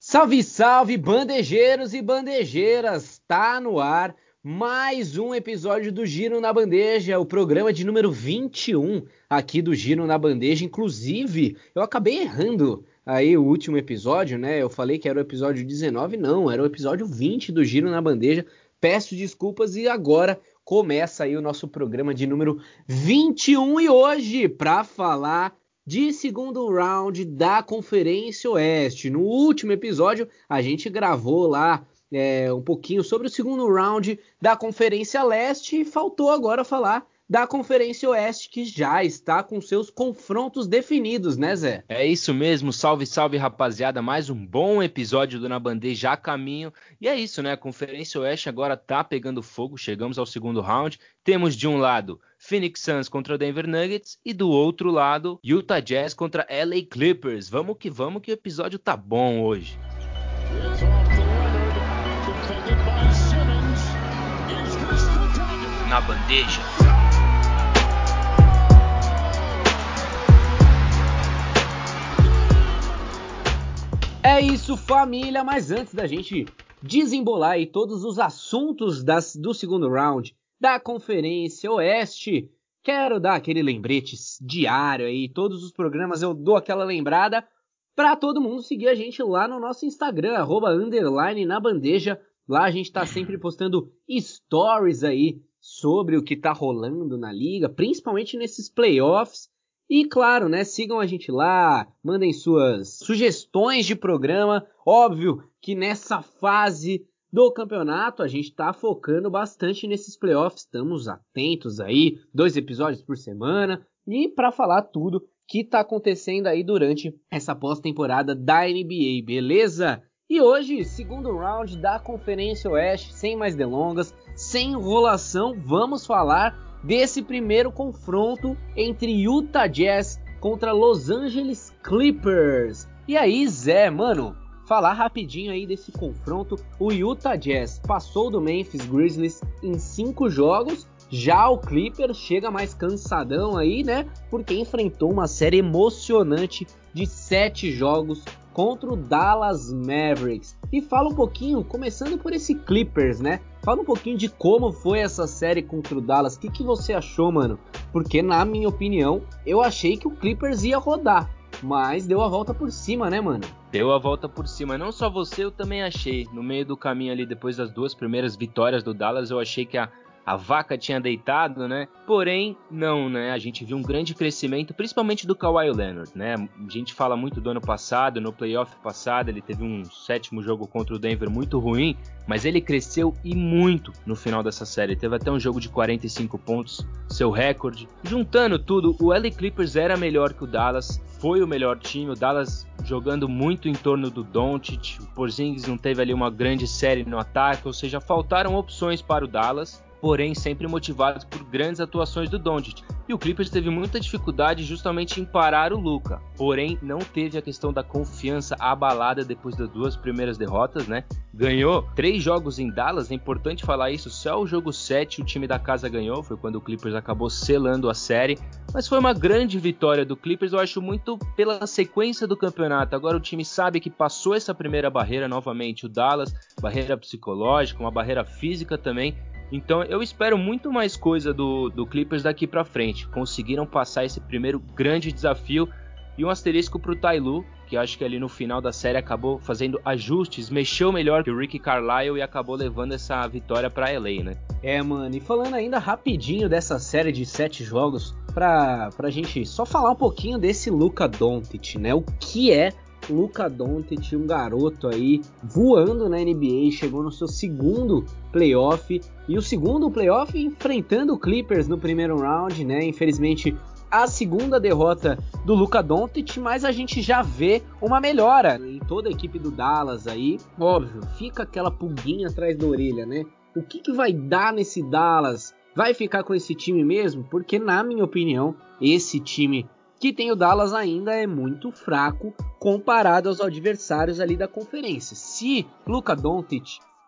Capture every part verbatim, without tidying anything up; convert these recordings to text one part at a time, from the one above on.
Salve, salve, bandejeiros e bandejeiras! Tá no ar mais um episódio do Giro na Bandeja, o programa de número vinte e um aqui do Giro na Bandeja. Inclusive, eu acabei errando aí o último episódio, né? Eu falei que era o episódio dezenove, não, era o episódio vinte do Giro na Bandeja. Peço desculpas e agora começa aí o nosso programa de número vinte e um e hoje para falar de segundo round da Conferência Oeste. No último episódio, a gente gravou lá é, um pouquinho sobre o segundo round da Conferência Leste e faltou agora falar da Conferência Oeste, que já está com seus confrontos definidos, né, Zé? É isso mesmo, salve, salve, rapaziada, mais um bom episódio do Na Bandeja a caminho. E é isso, né, a Conferência Oeste agora tá pegando fogo, chegamos ao segundo round. Temos de um lado Phoenix Suns contra Denver Nuggets e do outro lado Utah Jazz contra L A Clippers. Vamos que vamos que o episódio tá bom hoje. Na Bandeja. É isso, família, mas antes da gente desembolar aí todos os assuntos das, do segundo round da Conferência Oeste, quero dar aquele lembrete diário aí, todos os programas eu dou aquela lembrada para todo mundo seguir a gente lá no nosso Instagram, arroba underline na bandeja. Lá a gente tá sempre postando stories aí sobre o que tá rolando na liga, principalmente nesses playoffs. E claro, né, sigam a gente lá, mandem suas sugestões de programa. Óbvio que nessa fase do campeonato a gente tá focando bastante nesses playoffs, estamos atentos aí, dois episódios por semana, e para falar tudo que tá acontecendo aí durante essa pós-temporada da N B A, beleza? E hoje, segundo round da Conferência Oeste, sem mais delongas, sem enrolação, vamos falar desse primeiro confronto entre Utah Jazz contra Los Angeles Clippers. E aí, Zé, mano, falar rapidinho aí desse confronto. O Utah Jazz passou do Memphis Grizzlies em cinco jogos. Já o Clippers chega mais cansadão aí, né? Porque enfrentou uma série emocionante de sete jogos contra o Dallas Mavericks. E fala um pouquinho, começando por esse Clippers, né? Fala um pouquinho de como foi essa série contra o Dallas. O que, que você achou, mano? Porque, na minha opinião, eu achei que o Clippers ia rodar. Mas deu a volta por cima, né, mano? Deu a volta por cima. Não só você, eu também achei. No meio do caminho ali, depois das duas primeiras vitórias do Dallas, eu achei que a, a vaca tinha deitado, né? Porém, não, né? A gente viu um grande crescimento, principalmente do Kawhi Leonard, né? A gente fala muito do ano passado, no playoff passado, ele teve um sétimo jogo contra o Denver muito ruim, mas ele cresceu e muito no final dessa série. Teve até um jogo de quarenta e cinco pontos, seu recorde. Juntando tudo, o L A Clippers era melhor que o Dallas, foi o melhor time, o Dallas jogando muito em torno do Doncic, o Porzingis não teve ali uma grande série no ataque, ou seja, faltaram opções para o Dallas, porém sempre motivados por grandes atuações do Doncic. E o Clippers teve muita dificuldade justamente em parar o Luka, porém não teve a questão da confiança abalada depois das duas primeiras derrotas, né? Ganhou três jogos em Dallas, é importante falar isso, só o jogo sete o time da casa ganhou, foi quando o Clippers acabou selando a série, mas foi uma grande vitória do Clippers, eu acho muito pela sequência do campeonato. Agora o time sabe que passou essa primeira barreira novamente, o Dallas, barreira psicológica, uma barreira física também. Então eu espero muito mais coisa do, do Clippers daqui pra frente. Conseguiram passar esse primeiro grande desafio. E um asterisco pro Ty Lue, que acho que ali no final da série acabou fazendo ajustes, mexeu melhor que o Rick Carlisle e acabou levando essa vitória pra L A, né? É, mano, e falando ainda rapidinho dessa série de sete jogos, pra, pra gente só falar um pouquinho desse Luka Doncic, né? O que é Luka Doncic, um garoto aí voando na N B A, chegou no seu segundo playoff, e o segundo playoff enfrentando o Clippers no primeiro round, né? Infelizmente a segunda derrota do Luka Doncic, mas a gente já vê uma melhora em toda a equipe do Dallas aí. Óbvio, fica aquela pulguinha atrás da orelha, né? O que, que vai dar nesse Dallas? Vai ficar com esse time mesmo? Porque, na minha opinião, esse time que tem o Dallas ainda é muito fraco comparado aos adversários ali da conferência. Se Luka Doncic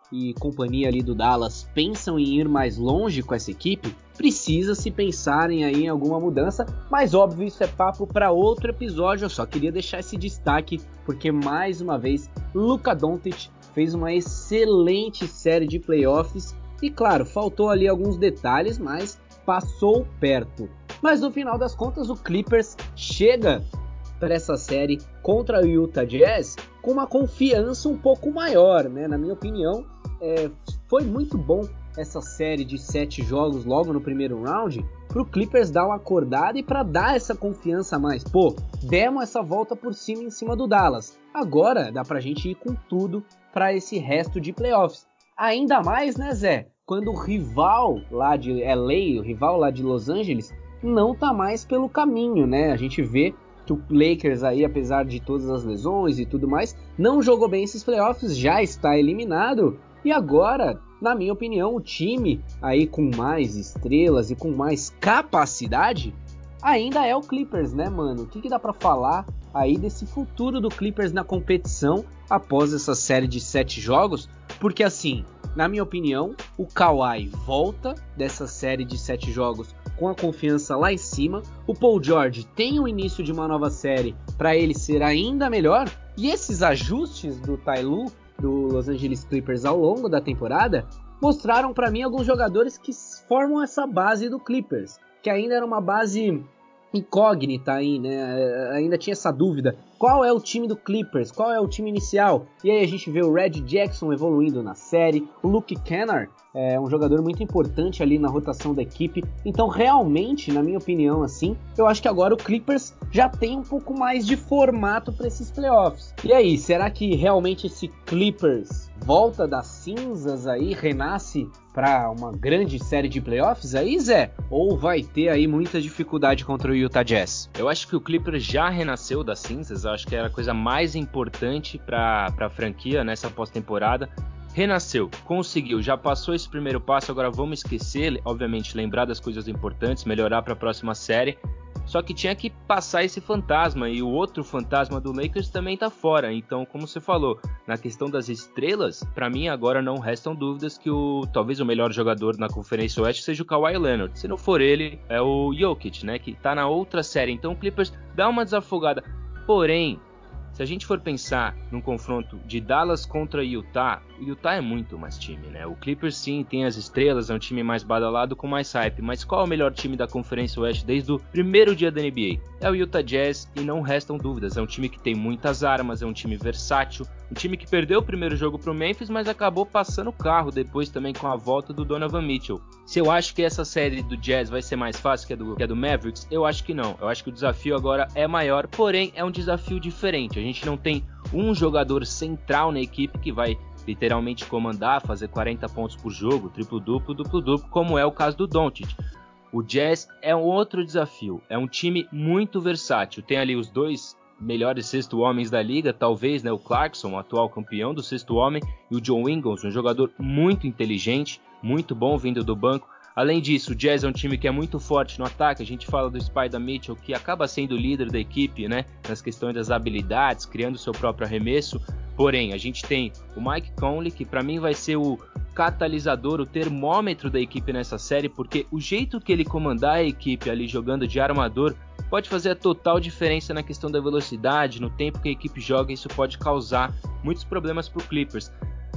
e companhia ali do Dallas pensam em ir mais longe com essa equipe, precisa se pensarem aí em alguma mudança, mas óbvio isso é papo para outro episódio. Eu só queria deixar esse destaque porque mais uma vez Luka Doncic fez uma excelente série de playoffs e claro, faltou ali alguns detalhes, mas passou perto. Mas no final das contas o Clippers chega para essa série contra o Utah Jazz com uma confiança um pouco maior, né? Na minha opinião, é, foi muito bom essa série de sete jogos logo no primeiro round para o Clippers dar uma acordada e para dar essa confiança a mais. Pô, demos essa volta por cima em cima do Dallas. Agora dá pra gente ir com tudo para esse resto de playoffs. Ainda mais, né, Zé? Quando o rival lá de L A, o rival lá de Los Angeles, não tá mais pelo caminho, né? A gente vê que o Lakers aí, apesar de todas as lesões e tudo mais, não jogou bem esses playoffs, já está eliminado. E agora, na minha opinião, o time aí com mais estrelas e com mais capacidade ainda é o Clippers, né, mano? O que, que dá pra falar aí desse futuro do Clippers na competição após essa série de sete jogos? Porque assim, na minha opinião, o Kawhi volta dessa série de sete jogos com a confiança lá em cima. O Paul George tem o início de uma nova série para ele ser ainda melhor. E esses ajustes do Ty Lue, do Los Angeles Clippers ao longo da temporada, mostraram para mim alguns jogadores que formam essa base do Clippers, que ainda era uma base incógnita aí, né? Ainda tinha essa dúvida. Qual é o time do Clippers? Qual é o time inicial? E aí a gente vê o Red Jackson evoluindo na série, o Luke Kennard é um jogador muito importante ali na rotação da equipe. Então realmente, na minha opinião, assim, eu acho que agora o Clippers já tem um pouco mais de formato para esses playoffs. E aí, será que realmente esse Clippers volta das cinzas aí, renasce para uma grande série de playoffs aí, Zé? Ou vai ter aí muita dificuldade contra o Utah Jazz? Eu acho que o Clippers já renasceu das cinzas, eu acho que era a coisa mais importante para a franquia nessa pós-temporada. Renasceu, conseguiu, já passou esse primeiro passo, agora vamos esquecer, obviamente lembrar das coisas importantes, melhorar para a próxima série. Só que tinha que passar esse fantasma, e o outro fantasma do Lakers também tá fora. Então, como você falou, na questão das estrelas, para mim agora não restam dúvidas que o talvez o melhor jogador na Conferência Oeste seja o Kawhi Leonard. Se não for ele, é o Jokic, né, que tá na outra série. Então o Clippers dá uma desafogada. Porém, se a gente for pensar num confronto de Dallas contra Utah, o Utah é muito mais time, né? O Clippers sim tem as estrelas, é um time mais badalado com mais hype, mas qual é o melhor time da Conferência Oeste desde o primeiro dia da N B A? É o Utah Jazz e não restam dúvidas, é um time que tem muitas armas, é um time versátil, um time que perdeu o primeiro jogo pro Memphis, mas acabou passando o carro depois também com a volta do Donovan Mitchell. Se eu acho que essa série do Jazz vai ser mais fácil que a do, que a do Mavericks, eu acho que não. Eu acho que o desafio agora é maior, porém é um desafio diferente. A gente não tem um jogador central na equipe que vai literalmente comandar, fazer quarenta pontos por jogo, triplo-duplo, duplo-duplo, como é o caso do Doncic. O Jazz é um outro desafio, é um time muito versátil. Tem ali os dois melhores sexto homens da liga, talvez, né, o Clarkson, o atual campeão do sexto homem, e o John Ingles, um jogador muito inteligente, muito bom vindo do banco. Além disso, o Jazz é um time que é muito forte no ataque. A gente fala do Spider Mitchell, que acaba sendo o líder da equipe, né, nas questões das habilidades, criando seu próprio arremesso. Porém, a gente tem o Mike Conley, que para mim vai ser o catalisador, o termômetro da equipe nessa série, porque o jeito que ele comandar a equipe ali jogando de armador pode fazer a total diferença na questão da velocidade, no tempo que a equipe joga. Isso pode causar muitos problemas para o Clippers.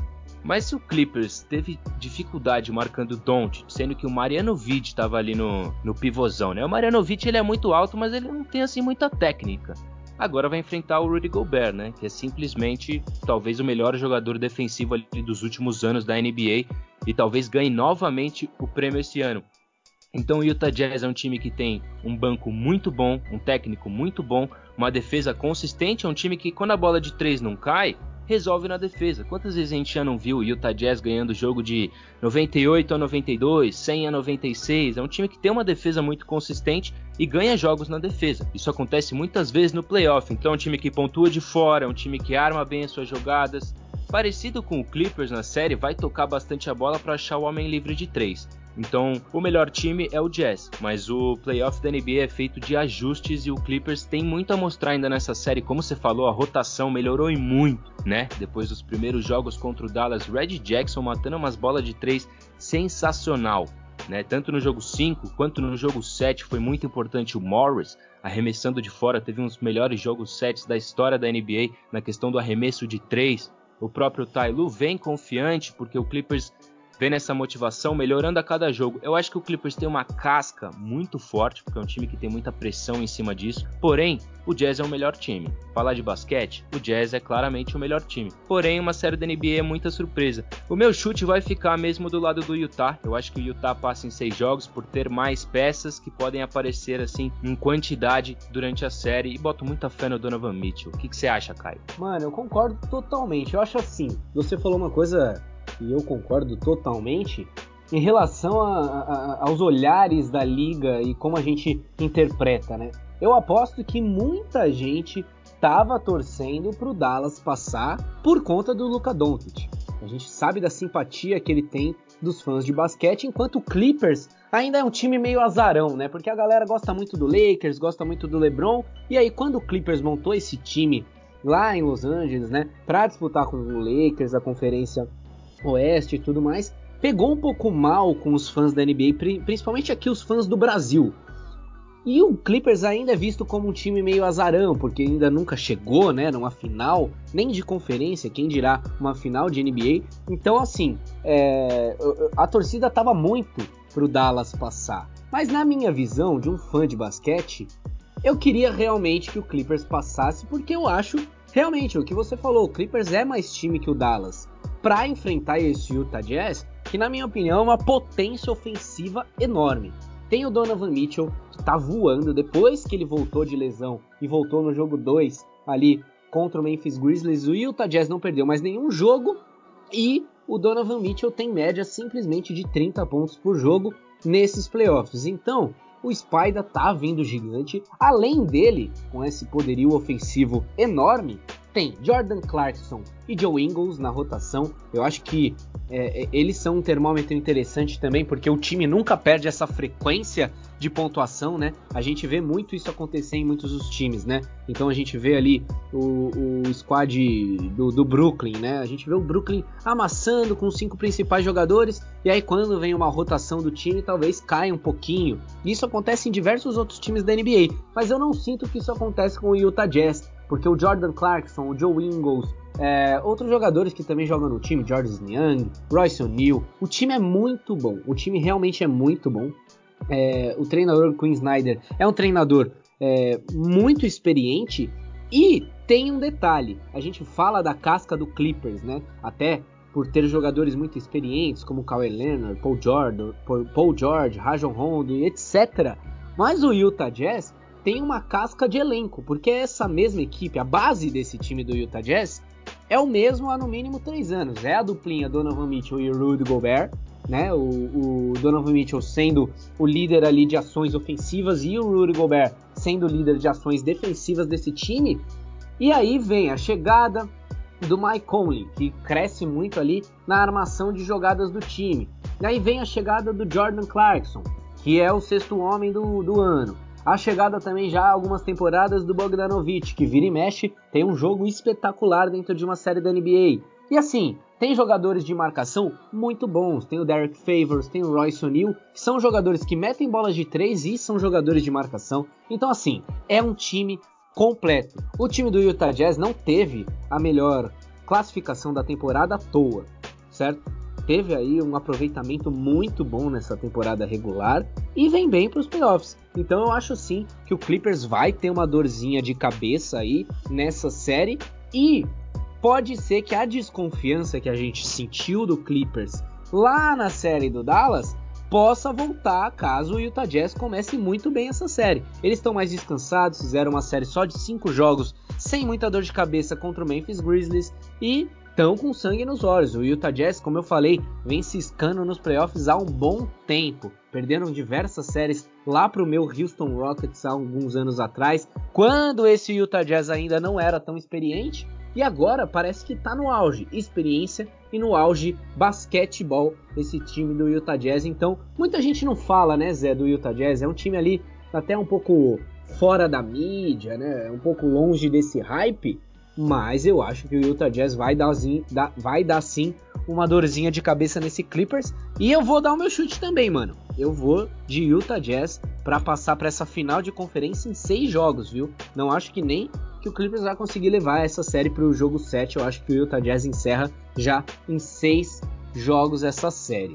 Mas se o Clippers teve dificuldade marcando o Doncic, sendo que o Marjanovic estava ali no, no pivôzão, né? O Marjanovic ele é muito alto, mas ele não tem assim muita técnica. Agora vai enfrentar o Rudy Gobert, né? Que é simplesmente talvez o melhor jogador defensivo ali dos últimos anos da N B A e talvez ganhe novamente o prêmio esse ano. Então o Utah Jazz é um time que tem um banco muito bom, um técnico muito bom, uma defesa consistente, é um time que quando a bola de três não cai, resolve na defesa. Quantas vezes a gente já não viu o Utah Jazz ganhando o jogo de noventa e oito a noventa e dois, cem a noventa e seis? É um time que tem uma defesa muito consistente e ganha jogos na defesa. Isso acontece muitas vezes no playoff. Então é um time que pontua de fora, é um time que arma bem as suas jogadas. Parecido com o Clippers na série, vai tocar bastante a bola para achar o homem livre de três. Então, o melhor time é o Jazz, mas o playoff da N B A é feito de ajustes e o Clippers tem muito a mostrar ainda nessa série. Como você falou, a rotação melhorou e muito, né? Depois dos primeiros jogos contra o Dallas, Reggie Jackson matando umas bolas de três sensacional, né? Tanto no jogo cinco quanto no jogo sete foi muito importante o Morris, arremessando de fora, teve um dos melhores jogos sete da história da N B A na questão do arremesso de três. O próprio Ty Lue vem confiante porque o Clippers vê nessa motivação melhorando a cada jogo. Eu acho que o Clippers tem uma casca muito forte, porque é um time que tem muita pressão em cima disso. Porém, o Jazz é o melhor time. Falar de basquete, o Jazz é claramente o melhor time. Porém, uma série da N B A é muita surpresa. O meu chute vai ficar mesmo do lado do Utah. Eu acho que o Utah passa em seis jogos por ter mais peças que podem aparecer assim em quantidade durante a série. E boto muita fé no Donovan Mitchell. O que, que você acha, Caio? Mano, eu concordo totalmente. Eu acho assim, você falou uma coisa e eu concordo totalmente, em relação a, a, aos olhares da liga e como a gente interpreta, né? Eu aposto que muita gente tava torcendo pro Dallas passar por conta do Luka Doncic. A gente sabe da simpatia que ele tem dos fãs de basquete, enquanto o Clippers ainda é um time meio azarão, né? Porque a galera gosta muito do Lakers, gosta muito do LeBron, e aí quando o Clippers montou esse time lá em Los Angeles, né, pra disputar com o Lakers, a conferência Oeste e tudo mais, pegou um pouco mal com os fãs da N B A, principalmente aqui os fãs do Brasil. E o Clippers ainda é visto como um time meio azarão, porque ainda nunca chegou, né, numa final, nem de conferência, quem dirá uma final de N B A. Então, assim, é, a torcida tava muito pro Dallas passar. Mas na minha visão, de um fã de basquete, eu queria realmente que o Clippers passasse, porque eu acho, realmente, o que você falou, o Clippers é mais time que o Dallas para enfrentar esse Utah Jazz, que na minha opinião é uma potência ofensiva enorme. Tem o Donovan Mitchell, que tá voando, depois que ele voltou de lesão e voltou no jogo dois ali contra o Memphis Grizzlies, o Utah Jazz não perdeu mais nenhum jogo, e o Donovan Mitchell tem média simplesmente de trinta pontos por jogo nesses playoffs. Então, o Spider tá vindo gigante. Além dele, com esse poderio ofensivo enorme, tem Jordan Clarkson e Joe Ingles na rotação. Eu acho que é, eles são um termômetro interessante também, porque o time nunca perde essa frequência de pontuação, né? A gente vê muito isso acontecer em muitos dos times, né? Então a gente vê ali o, o squad do, do Brooklyn, né? A gente vê o Brooklyn amassando com os cinco principais jogadores, e aí quando vem uma rotação do time, talvez caia um pouquinho. Isso acontece em diversos outros times da N B A, mas eu não sinto que isso acontece com o Utah Jazz, porque o Jordan Clarkson, o Joe Ingles, é, outros jogadores que também jogam no time, Georges Niang, Royce O'Neal, o time é muito bom, o time realmente é muito bom. É, o treinador Quinn Snyder é um treinador é, muito experiente, e tem um detalhe, a gente fala da casca do Clippers, né? Até por ter jogadores muito experientes como Kawhi Leonard, Paul George, Paul George, Rajon Rondo, etcétera. Mas o Utah Jazz tem uma casca de elenco, porque essa mesma equipe, a base desse time do Utah Jazz, é o mesmo há no mínimo três anos. É a duplinha Donovan Mitchell e Rudy Gobert, né? O, o Donovan Mitchell sendo o líder ali de ações ofensivas e o Rudy Gobert sendo o líder de ações defensivas desse time. E aí vem a chegada do Mike Conley, que cresce muito ali na armação de jogadas do time. E aí vem a chegada do Jordan Clarkson, que é o sexto homem do, do ano. A chegada também já há algumas temporadas do Bogdanovic, que vira e mexe, tem um jogo espetacular dentro de uma série da N B A. E assim, tem jogadores de marcação muito bons, tem o Derek Favors, tem o Royce O'Neal, que são jogadores que metem bolas de três e são jogadores de marcação. Então assim, é um time completo. O time do Utah Jazz não teve a melhor classificação da temporada à toa, certo? Teve aí um aproveitamento muito bom nessa temporada regular e vem bem para os playoffs. Então eu acho sim que o Clippers vai ter uma dorzinha de cabeça aí nessa série, e pode ser que a desconfiança que a gente sentiu do Clippers lá na série do Dallas possa voltar caso o Utah Jazz comece muito bem essa série. Eles estão mais descansados, fizeram uma série só de cinco jogos sem muita dor de cabeça contra o Memphis Grizzlies e estão com sangue nos olhos. O Utah Jazz, como eu falei, vem ciscando nos playoffs há um bom tempo. Perderam diversas séries lá para o meu Houston Rockets há alguns anos atrás, quando esse Utah Jazz ainda não era tão experiente. E agora parece que tá no auge experiência e no auge basquetebol esse time do Utah Jazz. Então, muita gente não fala, né, Zé, do Utah Jazz. É um time ali até um pouco fora da mídia, né, um pouco longe desse hype. Mas eu acho que o Utah Jazz vai dar, vai dar sim uma dorzinha de cabeça nesse Clippers. E eu vou dar o meu chute também, mano. Eu vou de Utah Jazz para passar para essa final de conferência em seis jogos, viu? Não acho que nem que o Clippers vai conseguir levar essa série para o jogo sete. Eu acho que o Utah Jazz encerra já em seis jogos essa série.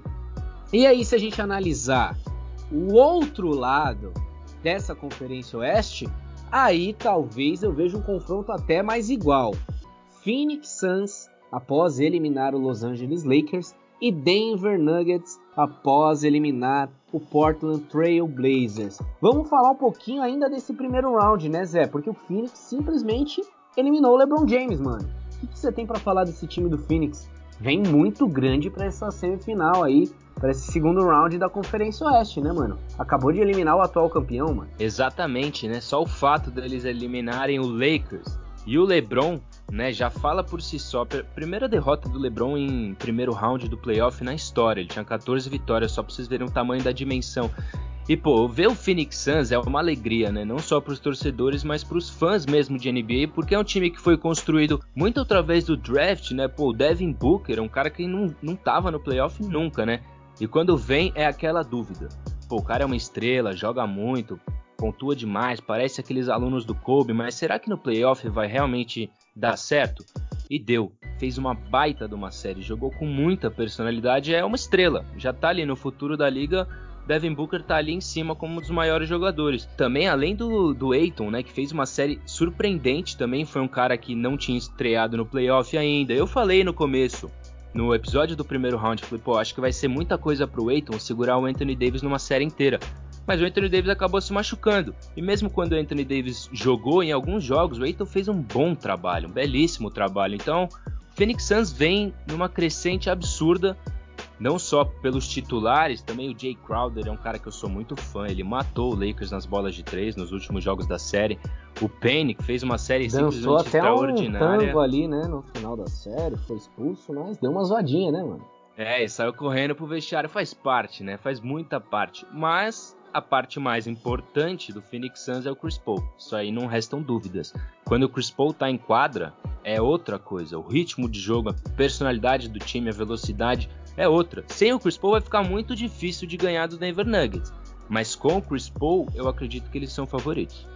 E aí, se a gente analisar o outro lado dessa Conferência Oeste, aí talvez eu veja um confronto até mais igual. Phoenix Suns após eliminar o Los Angeles Lakers e Denver Nuggets após eliminar o Portland Trail Blazers. Vamos falar um pouquinho ainda desse primeiro round, né, Zé? Porque o Phoenix simplesmente eliminou o LeBron James, mano. O que, que você tem para falar desse time do Phoenix? Vem muito grande para essa semifinal aí, para esse segundo round da Conferência Oeste, né, mano? Acabou de eliminar o atual campeão, mano. Exatamente, né? Só o fato deles eliminarem o Lakers e o LeBron, né, já fala por si só. Primeira derrota do LeBron em primeiro round do playoff na história. Ele tinha catorze vitórias, só pra vocês verem o tamanho da dimensão. E, pô, ver o Phoenix Suns é uma alegria, né? Não só pros torcedores, mas pros fãs mesmo de N B A, porque é um time que foi construído muito através do draft, né? Pô, o Devin Booker é um cara que não, não tava no playoff nunca, né? E quando vem, é aquela dúvida. Pô, o cara é uma estrela, joga muito, pontua demais, parece aqueles alunos do Kobe, mas será que no playoff vai realmente dar certo? E deu. Fez uma baita de uma série, jogou com muita personalidade, é uma estrela. Já tá ali no futuro da liga. Devin Booker tá ali em cima como um dos maiores jogadores. Também, além do, do Ayton, né, que fez uma série surpreendente, também foi um cara que não tinha estreado no playoff ainda. Eu falei no começo, no episódio do primeiro round, falei, pô, acho que vai ser muita coisa pro Ayton segurar o Anthony Davis numa série inteira. Mas o Anthony Davis acabou se machucando. E mesmo quando o Anthony Davis jogou em alguns jogos, o Ayton fez um bom trabalho, um belíssimo trabalho. Então, o Phoenix Suns vem numa crescente absurda, não só pelos titulares, também o Jay Crowder é um cara que eu sou muito fã. Ele matou o Lakers nas bolas de três nos últimos jogos da série. O Payne, que fez uma série Dançou simplesmente até extraordinária. Um tango ali, né, no final da série, foi expulso, mas deu uma zoadinha, né, mano? É, e saiu correndo pro vestiário, faz parte, né? Faz muita parte. Mas a parte mais importante do Phoenix Suns é o Chris Paul. Isso aí não restam dúvidas. Quando o Chris Paul tá em quadra, é outra coisa. O ritmo de jogo, a personalidade do time, a velocidade é outra. Sem o Chris Paul vai ficar muito difícil de ganhar do Denver Nuggets. Mas com o Chris Paul, eu acredito que eles são favoritos.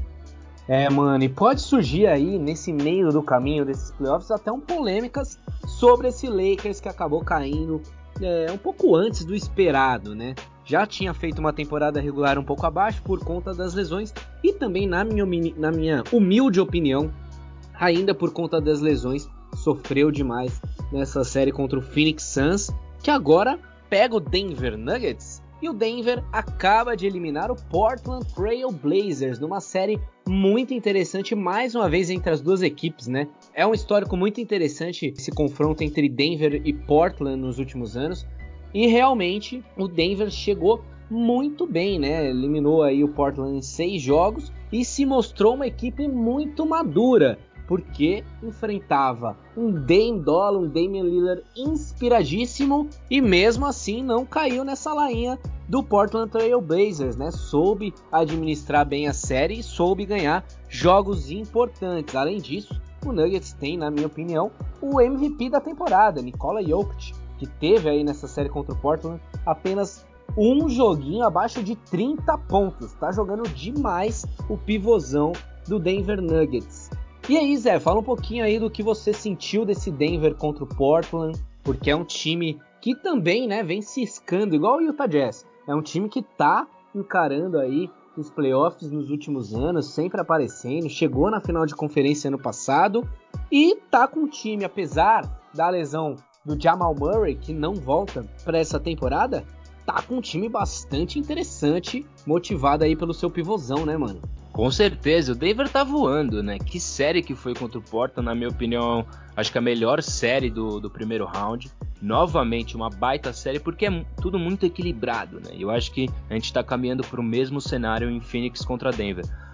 É, mano, e pode surgir aí, nesse meio do caminho desses playoffs, até um polêmicas sobre esse Lakers que acabou caindo é, um pouco antes do esperado, né? Já tinha feito uma temporada regular um pouco abaixo por conta das lesões e também, na minha, na minha humilde opinião, ainda por conta das lesões, sofreu demais nessa série contra o Phoenix Suns, que agora pega o Denver Nuggets. E o Denver acaba de eliminar o Portland Trail Blazers numa série muito interessante, mais uma vez entre as duas equipes, né? É um histórico muito interessante esse confronto entre Denver e Portland nos últimos anos. E realmente o Denver chegou muito bem, né? Eliminou aí o Portland em seis jogos e se mostrou uma equipe muito madura, porque enfrentava um Dame Dolla, um Damian Lillard inspiradíssimo e mesmo assim não caiu nessa lainha do Portland Trail Blazers, né? Soube administrar bem a série e soube ganhar jogos importantes. Além disso, o Nuggets tem, na minha opinião, o M V P da temporada, Nikola Jokic, que teve aí nessa série contra o Portland apenas um joguinho abaixo de trinta pontos. Tá jogando demais o pivôzão do Denver Nuggets. E aí, Zé, fala um pouquinho aí do que você sentiu desse Denver contra o Portland, porque é um time que também, né, vem ciscando, igual o Utah Jazz. É um time que tá encarando aí os playoffs nos últimos anos, sempre aparecendo, chegou na final de conferência ano passado e tá com o time, apesar da lesão do Jamal Murray, que não volta para essa temporada, tá com um time bastante interessante, motivado aí pelo seu pivôzão, né, mano? Com certeza, o Denver tá voando, né? Que série que foi contra o Portland, na minha opinião, acho que a melhor série do, do primeiro round. Novamente, uma baita série, porque é tudo muito equilibrado, né? Eu acho que a gente tá caminhando pro mesmo cenário em Phoenix contra Denver.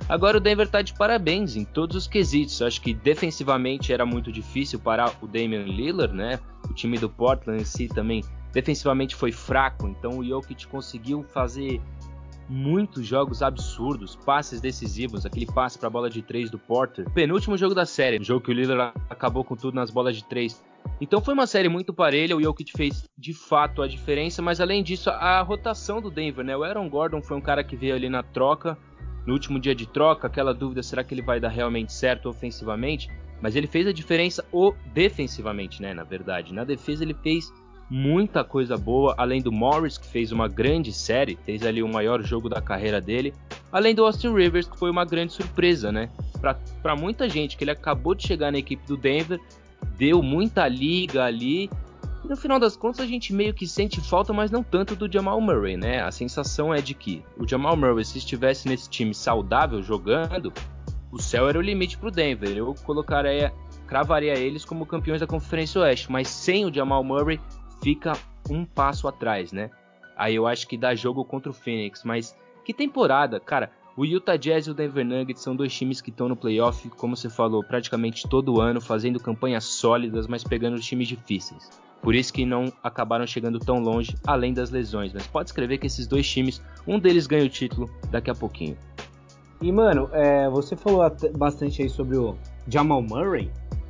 Agora o Denver tá de parabéns em todos os quesitos. Eu acho que defensivamente era muito difícil parar o Damian Lillard, né? O time do Portland em si também defensivamente foi fraco, então o Jokic conseguiu fazer muitos jogos absurdos, passes decisivos, aquele passe para a bola de três do Porter, penúltimo jogo da série, o jogo que o Lillard acabou com tudo nas bolas de três. Então foi uma série muito parelha, o Jokic fez de fato a diferença, mas além disso a rotação do Denver, né? O Aaron Gordon foi um cara que veio ali na troca, no último dia de troca, aquela dúvida, será que ele vai dar realmente certo ofensivamente? Mas ele fez a diferença o defensivamente, né? Na verdade, na defesa ele fez muita coisa boa, além do Morris, que fez uma grande série, fez ali o maior jogo da carreira dele, além do Austin Rivers, que foi uma grande surpresa, né? Para muita gente, que ele acabou de chegar na equipe do Denver, deu muita liga ali, e no final das contas a gente meio que sente falta, mas não tanto do Jamal Murray, né? A sensação é de que o Jamal Murray, se estivesse nesse time saudável jogando, o céu era o limite pro Denver. Eu colocaria, cravaria eles como campeões da Conferência Oeste, mas sem o Jamal Murray fica um passo atrás, né? Aí eu acho que dá jogo contra o Phoenix, mas que temporada, cara. O Utah Jazz e o Denver Nuggets são dois times que estão no playoff, como você falou, praticamente todo ano, fazendo campanhas sólidas, mas pegando os times difíceis. Por isso que não acabaram chegando tão longe, além das lesões. Mas pode escrever que esses dois times, um deles ganha o título daqui a pouquinho. E, mano, é, você falou bastante aí sobre o Jamal Murray.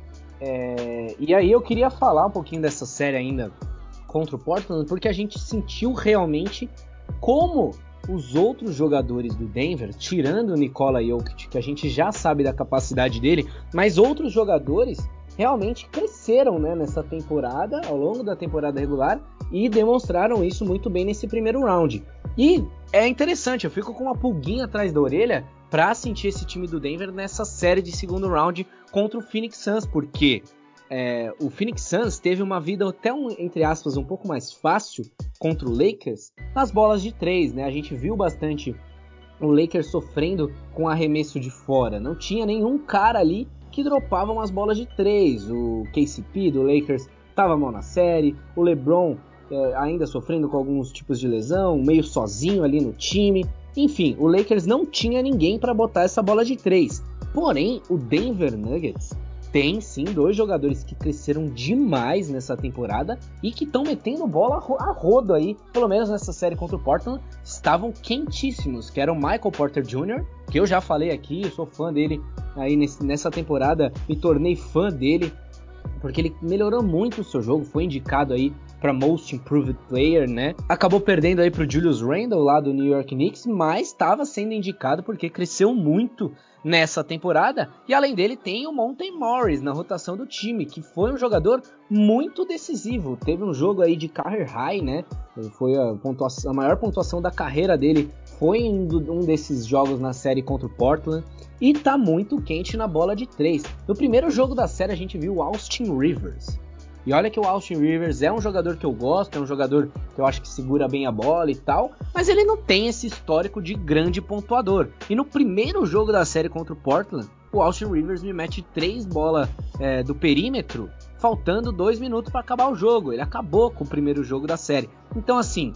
É, e aí eu queria falar um pouquinho dessa série ainda contra o Portland, porque a gente sentiu realmente como os outros jogadores do Denver, tirando o Nikola Jokic, que a gente já sabe da capacidade dele, mas outros jogadores realmente cresceram, né, nessa temporada, ao longo da temporada regular, e demonstraram isso muito bem nesse primeiro round. E é interessante, eu fico com uma pulguinha atrás da orelha para sentir esse time do Denver nessa série de segundo round contra o Phoenix Suns, porque é, o Phoenix Suns teve uma vida até, um, entre aspas, um pouco mais fácil contra o Lakers nas bolas de três, né? A gente viu bastante o Lakers sofrendo com arremesso de fora. Não tinha nenhum cara ali que dropava umas bolas de três. O K C P do Lakers estava mal na série. O LeBron é, ainda sofrendo com alguns tipos de lesão, meio sozinho ali no time. Enfim, o Lakers não tinha ninguém para botar essa bola de três. Porém, o Denver Nuggets tem sim dois jogadores que cresceram demais nessa temporada e que estão metendo bola a rodo aí, pelo menos nessa série contra o Portland, estavam quentíssimos, que era o Michael Porter Júnior, que eu já falei aqui, eu sou fã dele aí nesse, nessa temporada, me tornei fã dele, porque ele melhorou muito o seu jogo, foi indicado aí para Most Improved Player, né? Acabou perdendo aí pro Julius Randle lá do New York Knicks, mas estava sendo indicado porque cresceu muito nessa temporada. E além dele tem o Monte Morris na rotação do time, que foi um jogador muito decisivo. Teve um jogo aí de career high, né? Foi a, pontuação, a maior pontuação da carreira dele foi em um desses jogos na série contra o Portland. E tá muito quente na bola de três. No primeiro jogo da série a gente viu o Austin Rivers. E olha que o Austin Rivers é um jogador que eu gosto, é um jogador que eu acho que segura bem a bola e tal, mas ele não tem esse histórico de grande pontuador. E no primeiro jogo da série contra o Portland, o Austin Rivers me mete três bolas é, do perímetro, faltando dois minutos para acabar o jogo. Ele acabou com o primeiro jogo da série. Então assim,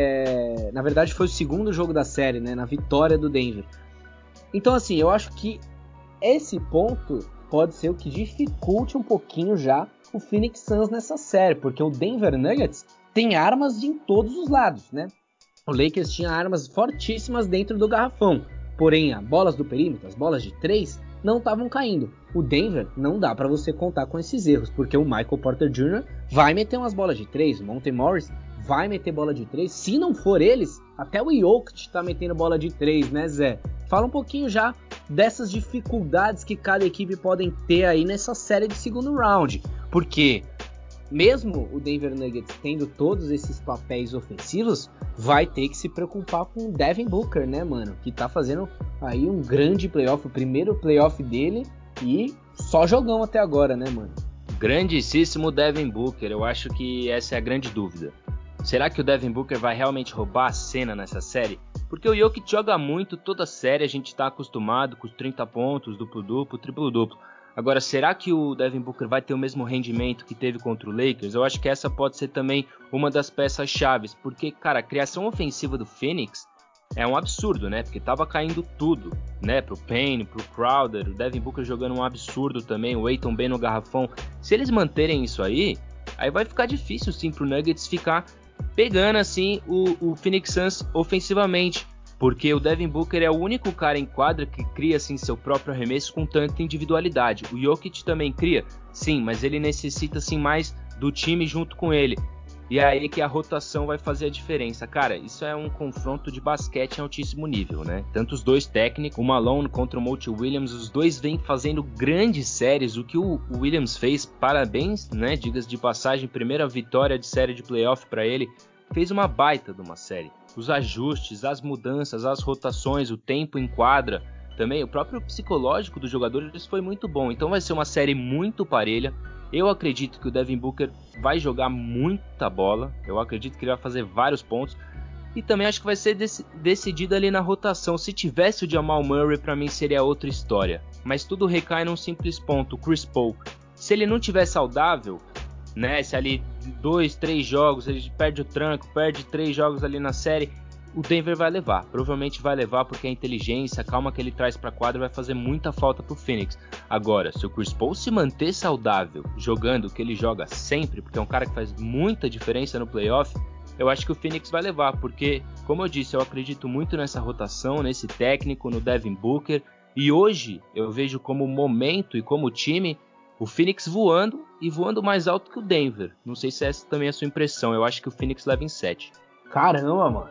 é, na verdade foi o segundo jogo da série, né, na vitória do Denver. Então assim, eu acho que esse ponto pode ser o que dificulte um pouquinho já o Phoenix Suns nessa série, porque o Denver Nuggets tem armas em todos os lados, né? O Lakers tinha armas fortíssimas dentro do garrafão, porém as bolas do perímetro, as bolas de três, não estavam caindo. O Denver não dá para você contar com esses erros, porque o Michael Porter Júnior vai meter umas bolas de três, o Monte Morris vai meter bola de três, se não for eles, até o Jokic tá metendo bola de três, né, Zé? Fala um pouquinho já dessas dificuldades que cada equipe podem ter aí nessa série de segundo round, porque mesmo o Denver Nuggets tendo todos esses papéis ofensivos, vai ter que se preocupar com o Devin Booker, né, mano? Que tá fazendo aí um grande playoff, o primeiro playoff dele e só jogão até agora, né, mano? Grandíssimo Devin Booker, eu acho que essa é a grande dúvida. Será que o Devin Booker vai realmente roubar a cena nessa série? Porque o Jokic joga muito, toda série a gente está acostumado com os trinta pontos, duplo-duplo, triplo-duplo. Agora, será que o Devin Booker vai ter o mesmo rendimento que teve contra o Lakers? Eu acho que essa pode ser também uma das peças chaves, porque, cara, a criação ofensiva do Phoenix é um absurdo, né? Porque tava caindo tudo, né? Pro Payne, pro Crowder, o Devin Booker jogando um absurdo também, o Ayton bem no garrafão. Se eles manterem isso aí, aí vai ficar difícil sim pro Nuggets ficar pegando assim o, o Phoenix Suns ofensivamente. Porque o Devin Booker é o único cara em quadra que cria assim, seu próprio arremesso com tanta individualidade. O Jokic também cria, sim, mas ele necessita assim, mais do time junto com ele. E é aí que a rotação vai fazer a diferença. Cara, isso é um confronto de basquete em altíssimo nível, né? Tanto os dois técnicos, o Malone contra o Monty Williams, os dois vêm fazendo grandes séries. O que o Williams fez, parabéns, né? Digas de passagem, primeira vitória de série de playoff para ele. Fez uma baita de uma série. Os ajustes, as mudanças, as rotações, o tempo em quadra, também o próprio psicológico dos jogadores foi muito bom. Então vai ser uma série muito parelha. Eu acredito que o Devin Booker vai jogar muita bola. Eu acredito que ele vai fazer vários pontos. E também acho que vai ser dec- decidido ali na rotação. Se tivesse o Jamal Murray, para mim seria outra história. Mas tudo recai num simples ponto, o Chris Paul. Se ele não tiver saudável, né, se ali dois, três jogos, ele perde o tranco, perde três jogos ali na série, o Denver vai levar, provavelmente vai levar porque a inteligência, a calma que ele traz para a quadra vai fazer muita falta pro Phoenix. Agora, se o Chris Paul se manter saudável, jogando o que ele joga sempre, porque é um cara que faz muita diferença no playoff, eu acho que o Phoenix vai levar, porque, como eu disse, eu acredito muito nessa rotação, nesse técnico, no Devin Booker, e hoje eu vejo como momento e como time o Phoenix voando e voando mais alto que o Denver. Não sei se essa também é a sua impressão, eu acho que o Phoenix leva em sete. Caramba, mano.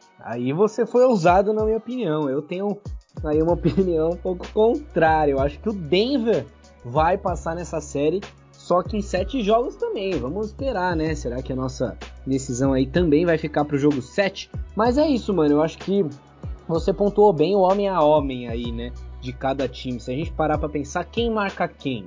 Aí você foi ousado na minha opinião. Eu tenho aí uma opinião um pouco contrária. Eu acho que o Denver vai passar nessa série, só que em sete jogos também. Vamos esperar, né? Será que a nossa decisão aí também vai ficar pro jogo sete? Mas é isso, mano. Eu acho que você pontuou bem o homem a homem aí, né? De cada time. Se a gente parar pra pensar, quem marca quem?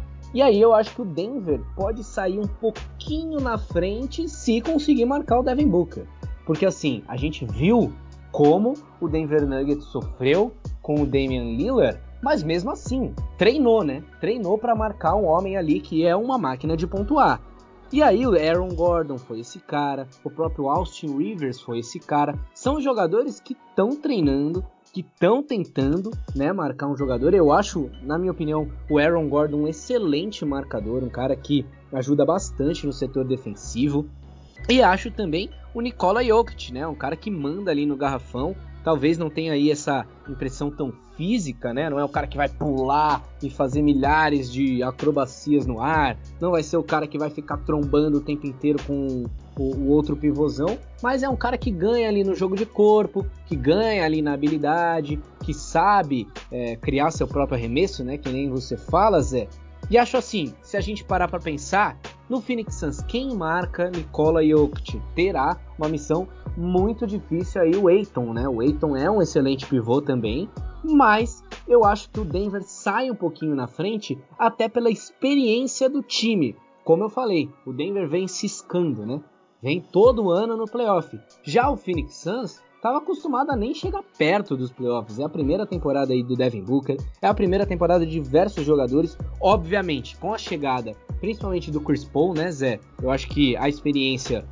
E aí eu acho que o Denver pode sair um pouquinho na frente se conseguir marcar o Devin Booker. Porque assim, a gente viu como o Denver Nuggets sofreu com o Damian Lillard, mas mesmo assim, treinou, né? Treinou para marcar um homem ali que é uma máquina de pontuar. E aí o Aaron Gordon foi esse cara, o próprio Austin Rivers foi esse cara. São jogadores que estão treinando, que estão tentando, né, marcar um jogador. Eu acho, na minha opinião, o Aaron Gordon um excelente marcador, um cara que ajuda bastante no setor defensivo. E acho também o Nikola Jokic, né, um cara que manda ali no garrafão. Talvez não tenha aí essa impressão tão física, né? Não é o cara que vai pular e fazer milhares de acrobacias no ar. Não vai ser o cara que vai ficar trombando o tempo inteiro com o, o outro pivôzão. Mas é um cara que ganha ali no jogo de corpo, que ganha ali na habilidade, que sabe é, criar seu próprio arremesso, né? Que nem você fala, Zé. E acho assim, se a gente parar para pensar, no Phoenix Suns, quem marca Nikola Jokic terá uma missão muito difícil aí, o Ayton, né? O Ayton é um excelente pivô também, mas eu acho que o Denver sai um pouquinho na frente, até pela experiência do time. Como eu falei, o Denver vem ciscando, né? Vem todo ano no playoff. Já o Phoenix Suns estava acostumado a nem chegar perto dos playoffs. É a primeira temporada aí do Devin Booker, é a primeira temporada de diversos jogadores, obviamente, com a chegada, principalmente do Chris Paul, né, Zé? Eu acho que a experiência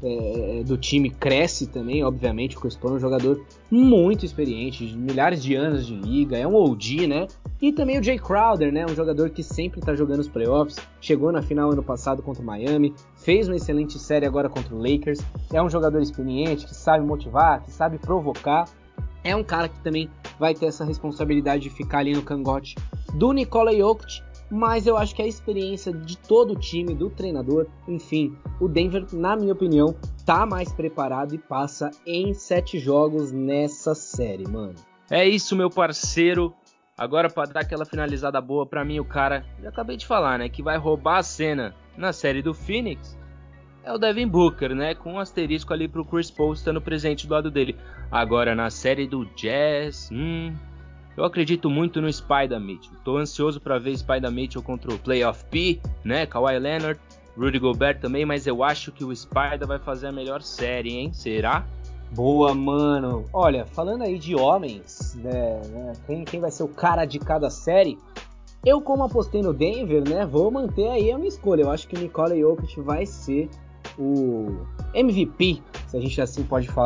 é, do time cresce também, obviamente. O Chris Paul é um jogador muito experiente, de milhares de anos de liga, é um O G, né? E também o Jay Crowder, né? Um jogador que sempre tá jogando os playoffs, chegou na final ano passado contra o Miami, fez uma excelente série agora contra o Lakers, é um jogador experiente, que sabe motivar, que sabe provocar, é um cara que também vai ter essa responsabilidade de ficar ali no cangote do Nikola Jokic, mas eu acho que a experiência de todo o time, do treinador, enfim, o Denver, na minha opinião, tá mais preparado e passa em sete jogos nessa série, mano. É isso, meu parceiro. Agora, para dar aquela finalizada boa, para mim o cara, já acabei de falar, né, que vai roubar a cena na série do Phoenix é o Devin Booker, né, com um asterisco ali pro Chris Paul estando presente do lado dele. Agora, na série do Jazz, hum, eu acredito muito no Spider Mitchell. Tô ansioso para ver Spider Mitchell contra o Playoff P, né, Kawhi Leonard, Rudy Gobert também, mas eu acho que o Spider vai fazer a melhor série, hein, será? Boa, mano. Olha, falando aí de homens, né, né, quem, quem vai ser o cara de cada série, eu como apostei no Denver, né, vou manter aí a minha escolha. Eu acho que o Nikola Jokic vai ser o M V P, se a gente assim pode falar,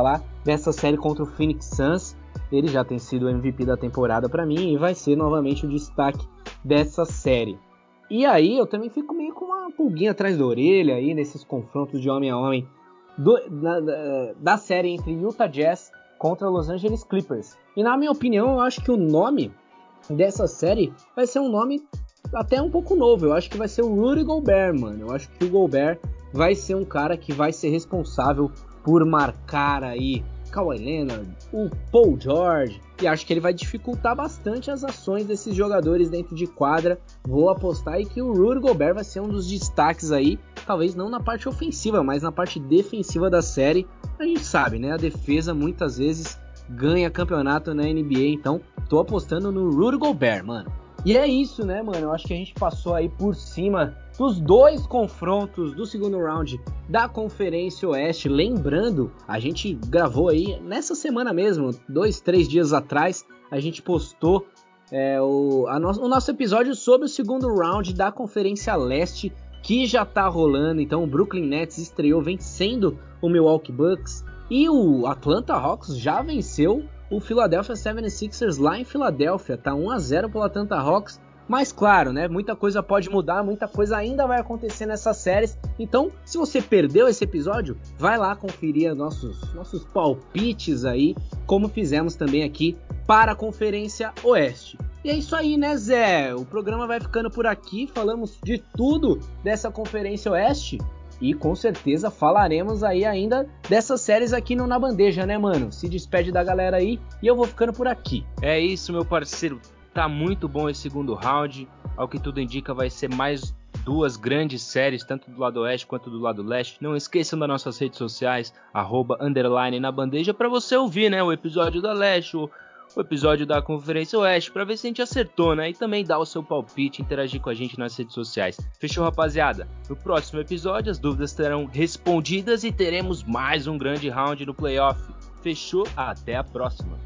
dessa série contra o Phoenix Suns. Ele já tem sido o M V P da temporada para mim e vai ser novamente o destaque dessa série. E aí eu também fico meio com uma pulguinha atrás da orelha aí nesses confrontos de homem a homem do, da, da, da série entre Utah Jazz contra Los Angeles Clippers. E na minha opinião, eu acho que o nome dessa série vai ser um nome até um pouco novo. Eu acho que vai ser o Rudy Gobert, mano. Eu acho que o Gobert vai ser um cara que vai ser responsável por marcar aí Kawhi Leonard, o Paul George, e acho que ele vai dificultar bastante as ações desses jogadores dentro de quadra. Vou apostar aí que o Rudy Gobert vai ser um dos destaques aí, talvez não na parte ofensiva, mas na parte defensiva da série. A gente sabe, né? A defesa muitas vezes ganha campeonato na N B A, então tô apostando no Rudy Gobert, mano. E é isso, né, mano? Eu acho que a gente passou aí por cima dos dois confrontos do segundo round da Conferência Oeste. Lembrando, a gente gravou aí nessa semana mesmo, dois, três dias atrás, a gente postou é, o, a no, o nosso episódio sobre o segundo round da Conferência Leste, que já tá rolando. Então o Brooklyn Nets estreou vencendo o Milwaukee Bucks e o Atlanta Hawks já venceu o Philadelphia setenta e seis ers lá em Filadélfia. Tá um a zero pelo Atlanta Hawks. Mas claro, né, muita coisa pode mudar, muita coisa ainda vai acontecer nessas séries. Então, se você perdeu esse episódio, vai lá conferir nossos, nossos palpites aí, como fizemos também aqui para a Conferência Oeste. E é isso aí, né, Zé? O programa vai ficando por aqui, falamos de tudo dessa Conferência Oeste. E com certeza falaremos aí ainda dessas séries aqui no Na Bandeja, né, mano? Se despede da galera aí e eu vou ficando por aqui. É isso, meu parceiro. Tá muito bom esse segundo round. Ao que tudo indica, vai ser mais duas grandes séries, tanto do lado oeste quanto do lado leste. Não esqueçam das nossas redes sociais, arroba, underline na bandeja, para você ouvir, né, o episódio da leste, o, o episódio da Conferência Oeste, para ver se a gente acertou, né? E também dar o seu palpite, interagir com a gente nas redes sociais. Fechou, rapaziada? No próximo episódio, as dúvidas serão respondidas e teremos mais um grande round no playoff. Fechou? Até a próxima!